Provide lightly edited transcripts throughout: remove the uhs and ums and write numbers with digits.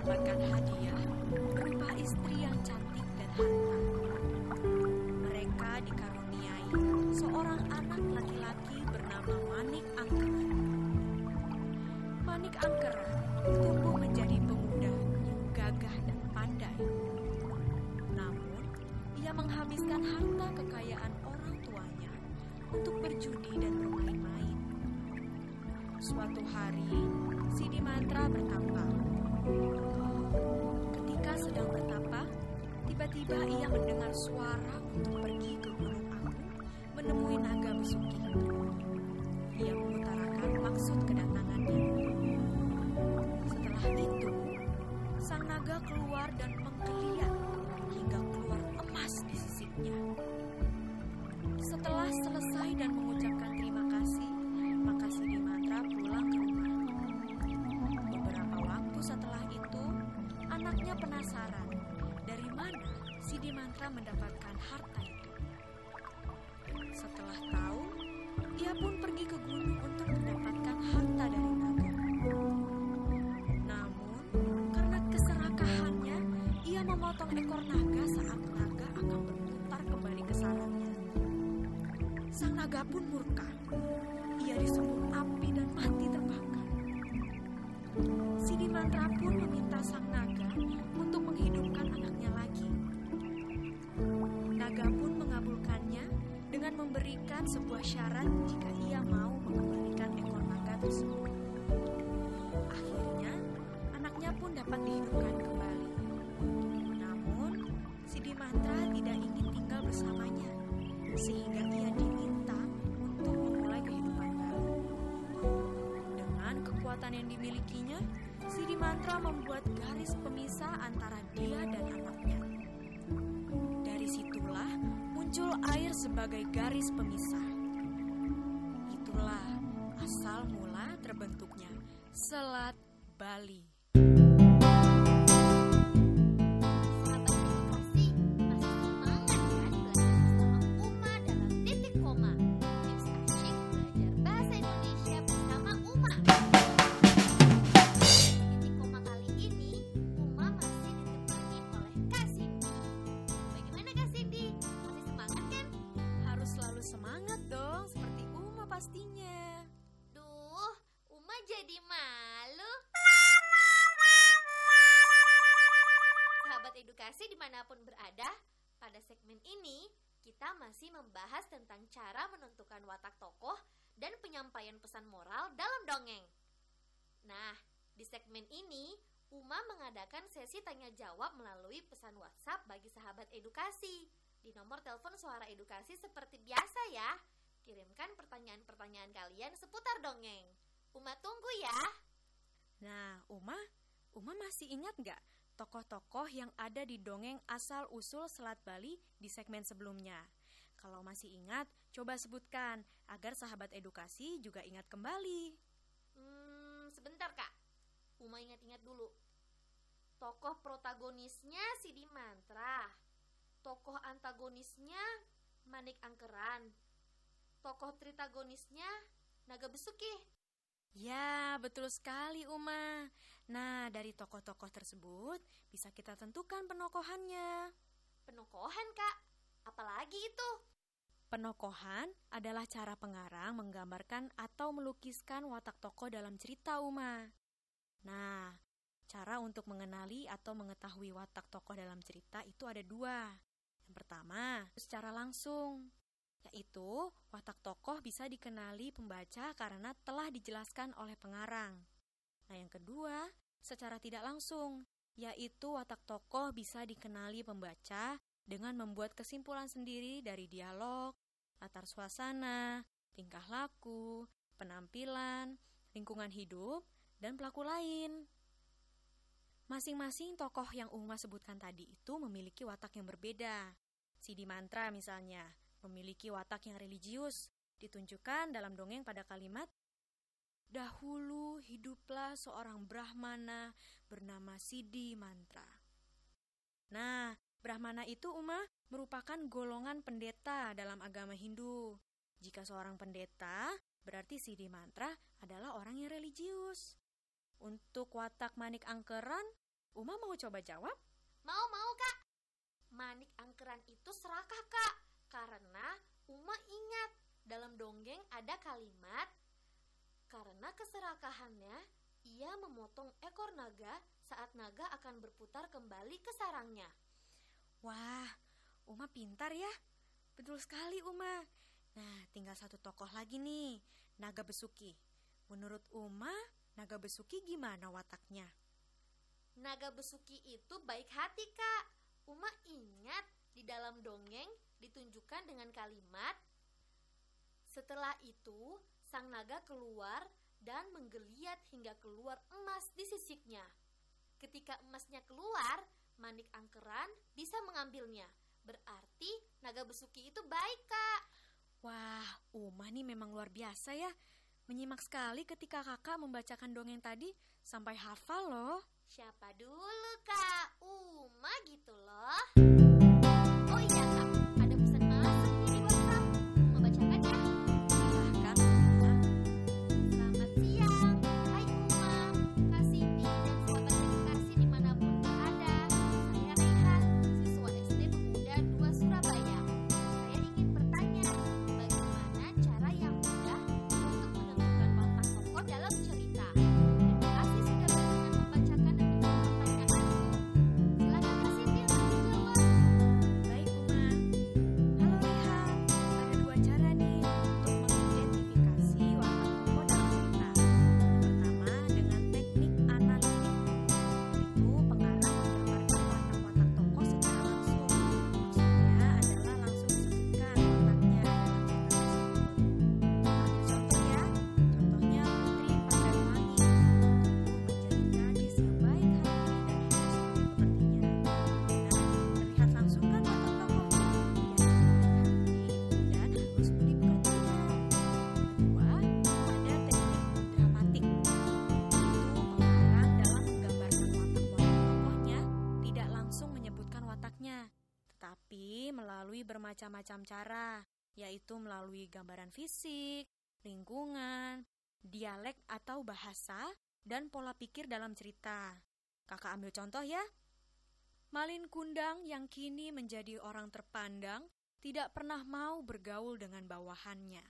mendapatkan hadiah berupa istri yang cantik dan harta. Mereka dikaruniai seorang anak laki-laki bernama Manik Angkeran. Manik Angkeran tumbuh menjadi pemuda yang gagah dan pandai. Namun, ia menghabiskan harta kekayaan orang tuanya untuk berjudi dan bermain-main. Suatu hari, Sidi Mantra bertapa. Ketika sedang bertapa, tiba-tiba ia mendengar suara untuk pergi ke Gunung Agung menemui naga besuki. Ia mengutarakan maksud kedatangannya. Setelah itu, sang naga keluar dan menggeliat hingga keluar emas di sisiknya. Setelah selesai dan mengucapkan terima kasih, maka Sidi Mantra pulang ke rumah. Beberapa waktu setelah itu, anaknya penasaran dari mana Sidi Mantra mendapatkan harta itu. Setelah tahu, ia pun pergi ke gunung untuk mendapatkan harta dari naga. Namun, karena keserakahannya, ia memotong ekor naga saat naga akan berputar kembali ke sarangnya. Sang naga pun murka. Ia disembur api dan mati terbakar. Sidi Mantra pun meminta sang naga untuk menghidupkan anaknya lagi. Naga pun mengabulkannya dengan memberikan sebuah syarat jika ia mau mengembalikan ekor naga tersebut. Akhirnya, anaknya pun dapat dihidupkan kembali. Namun, Sidi Mantra tidak ingin tinggal bersamanya, sehingga ia diminta untuk memulai kehidupan baru. Dengan kekuatan yang dimilikinya, Sidi Mantra membuat garis pemisah antara dia dan anaknya. Dari situlah muncul air sebagai garis pemisah. Itulah asal mula terbentuknya Selat Bali. Semangat dong, seperti Uma pastinya. Duh, Uma jadi malu. Sahabat edukasi dimanapun berada, pada segmen ini kita masih membahas tentang cara menentukan watak tokoh dan penyampaian pesan moral dalam dongeng. Nah, di segmen ini Uma mengadakan sesi tanya jawab melalui pesan WhatsApp bagi sahabat edukasi. Di nomor telepon Suara Edukasi seperti biasa ya. Kirimkan pertanyaan-pertanyaan kalian seputar dongeng. Uma tunggu ya. Nah, Uma masih ingat gak tokoh-tokoh yang ada di dongeng asal-usul Selat Bali di segmen sebelumnya? Kalau masih ingat, coba sebutkan agar sahabat edukasi juga ingat kembali. Sebentar Kak. Uma ingat-ingat dulu. Tokoh protagonisnya Sidi Mantra. Tokoh antagonisnya Manik Angkeran. Tokoh tritagonisnya Naga Besuki. Ya, betul sekali Uma. Nah, dari tokoh-tokoh tersebut bisa kita tentukan penokohannya. Penokohan Kak? Apalagi itu? Penokohan adalah cara pengarang menggambarkan atau melukiskan watak tokoh dalam cerita Uma. Nah, cara untuk mengenali atau mengetahui watak tokoh dalam cerita itu ada dua. Yang pertama, secara langsung, yaitu watak tokoh bisa dikenali pembaca karena telah dijelaskan oleh pengarang. Nah, yang kedua, secara tidak langsung, yaitu watak tokoh bisa dikenali pembaca dengan membuat kesimpulan sendiri dari dialog, latar suasana, tingkah laku, penampilan, lingkungan hidup, dan pelaku lain. Masing-masing tokoh yang Uma sebutkan tadi itu memiliki watak yang berbeda. Sidi Mantra misalnya memiliki watak yang religius, ditunjukkan dalam dongeng pada kalimat, "Dahulu hiduplah seorang Brahmana bernama Sidi Mantra." Nah, Brahmana itu Uma merupakan golongan pendeta dalam agama Hindu. Jika seorang pendeta, berarti Sidi Mantra adalah orang yang religius. Untuk watak Manik Angkeran, Uma mau coba jawab? Mau, Kak. Manik angkeran itu serakah, Kak. Karena Uma ingat dalam dongeng ada kalimat, karena keserakahannya, ia memotong ekor naga saat naga akan berputar kembali ke sarangnya. Wah, Uma pintar ya. Betul sekali, Uma. Nah, tinggal satu tokoh lagi nih, Naga Besuki. Menurut Uma, Naga Besuki gimana wataknya? Naga Besuki itu baik hati, Kak. Uma ingat di dalam dongeng ditunjukkan dengan kalimat, setelah itu sang naga keluar dan menggeliat hingga keluar emas di sisiknya. Ketika emasnya keluar, Manik angkeran bisa mengambilnya. Berarti Naga Besuki itu baik, Kak. Wah, Uma nih memang luar biasa ya. Menyimak sekali ketika kakak membacakan dongeng tadi sampai hafal loh. Siapa dulu, Kak? Uma gitu loh. Oh iya, Kak. Ada pesan masuk nih di WhatsApp. Uma bacakan ya. Silahkan, Uma. Selamat siang. Hai Uma, Kak Cindy dan sahabat edukasi dimanapun berada. Saya Rehan, siswa SD Pemuda 2 Surabaya. Saya ingin bertanya, bagaimana cara yang mudah untuk menentukan watak tokoh dalam cerita? Terima kasih sudah berkenan membacakan dan menjawab pertanyaanku. Silakan Kak Cindy untuk menjawab. Baik, Uma. Halo Rehan, ada dua cara nih untuk mengidentifikasi watak tokoh dalam cerita. Pertama, dengan teknik analitik, yaitu pengarang menggambarkan watak-watak tokoh secara langsung. Maksudnya adalah langsung disebutkan wataknya dalam cerita tersebut. Ambil contoh ya, contohnya Putri Pandawangi. Itu menjadi gadis yang baik hati dan halus budi pekertinya. Nah, terlihat langsung kan watak tokohnya, yang baik hati dan halus budi pekertinya. Kedua, ada teknik dramatik. Itu pengarang dalam menggambarkan watak-watak tokohnya tidak langsung menyebutkan wataknya, tetapi melalui bermacam-macam cara, yaitu melalui gambaran fisik, lingkungan, dialek atau bahasa, dan pola pikir dalam cerita. Kakak ambil contoh ya. Malin Kundang yang kini menjadi orang terpandang tidak pernah mau bergaul dengan bawahannya.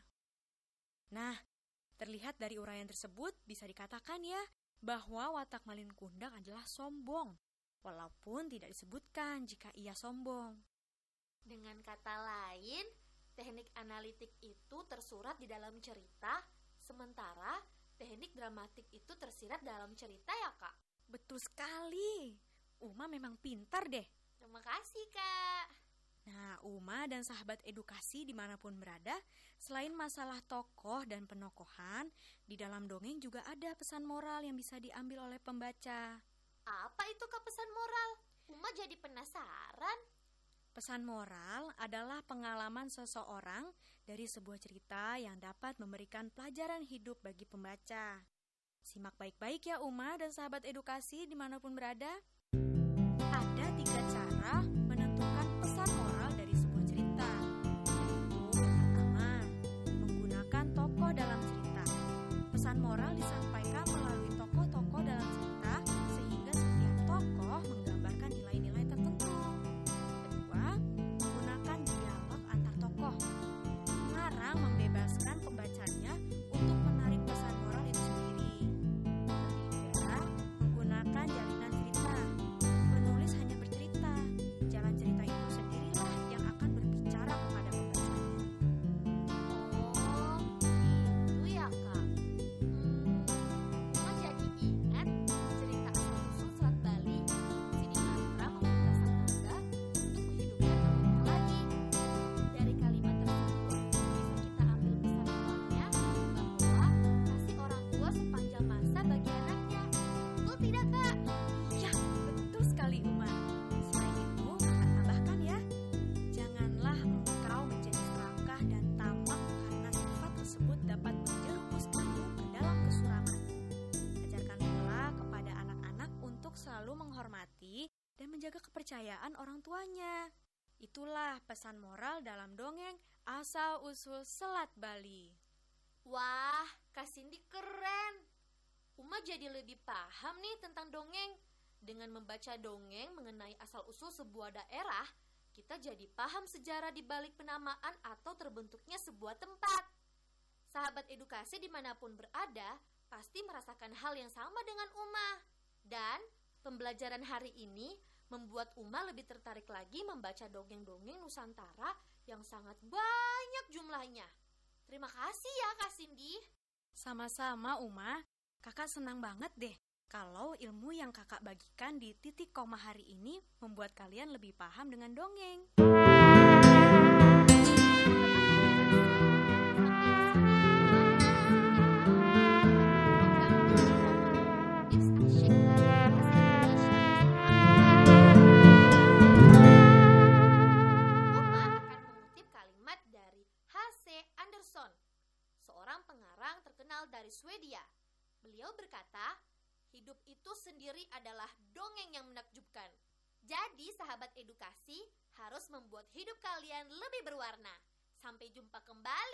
Nah, terlihat dari uraian tersebut bisa dikatakan ya bahwa watak Malin Kundang adalah sombong, walaupun tidak disebutkan jika ia sombong. Dengan kata lain, teknik analitik itu tersurat di dalam cerita, sementara teknik dramatik itu tersirat dalam cerita ya, Kak? Betul sekali. Uma memang pintar deh. Terima kasih, Kak. Nah, Uma dan sahabat edukasi dimanapun berada, selain masalah tokoh dan penokohan, di dalam dongeng juga ada pesan moral yang bisa diambil oleh pembaca. Apa itu, Kak, pesan moral? Uma jadi penasaran. Pesan moral adalah pengalaman seseorang dari sebuah cerita yang dapat memberikan pelajaran hidup bagi pembaca. Simak baik-baik ya Uma dan sahabat edukasi dimanapun berada. Ada 3 cara menentukan pesan moral dari sebuah cerita. Yaitu pertama, menggunakan tokoh dalam cerita. Pesan moral disampaikan melalui tokoh-tokoh dalam cerita sehingga setiap tokoh menggambarkan nilai-nilai tertentu. Kedua, menggunakan dialog antar tokoh. Pengarang membebaskan pembacanya untuk menarik pesan moral itu sendiri. Ketiga, menggunakan jalinan cerita. Penulis hanya bercerita. Jalan cerita itu sendirilah yang akan berbicara kepada pembacanya. Oh, gitu ya, Kak. Uma jadi ingat cerita asal-usul Selat Bali. Sidi Mantra meminta sang naga untuk menghidupkan naga lagi. Dari kalimat tersebut bisa kita ambil pesan moralnya bahwa kasih orang tua sepanjang masa bagi anaknya. Betul tidak, Kak? Ya, betul sekali Uma. Selain itu, kakak tambahkan ya, janganlah engkau menjadi serakah dan tamak karena sifat tersebut dapat menjerumus kamu ke dalam kesuraman. Ajarkan pula kepada anak-anak untuk selalu menghormati dan menjaga kepercayaan orang tuanya. Itulah pesan moral dalam dongeng Asal-usul Selat Bali. Wah, Kak Cindy keren. Uma jadi lebih paham nih tentang dongeng. Dengan membaca dongeng mengenai asal-usul sebuah daerah, kita jadi paham sejarah di balik penamaan atau terbentuknya sebuah tempat. Sahabat edukasi dimanapun berada, pasti merasakan hal yang sama dengan Uma. Dan pembelajaran hari ini membuat Uma lebih tertarik lagi membaca dongeng-dongeng Nusantara yang sangat banyak jumlahnya. Terima kasih ya Kak Cindy. Sama-sama Uma, kakak senang banget deh kalau ilmu yang kakak bagikan di titik koma hari ini membuat kalian lebih paham dengan dongeng. Seorang pengarang terkenal dari Swedia. Beliau berkata, hidup itu sendiri adalah dongeng yang menakjubkan. Jadi sahabat edukasi harus membuat hidup kalian lebih berwarna. Sampai jumpa kembali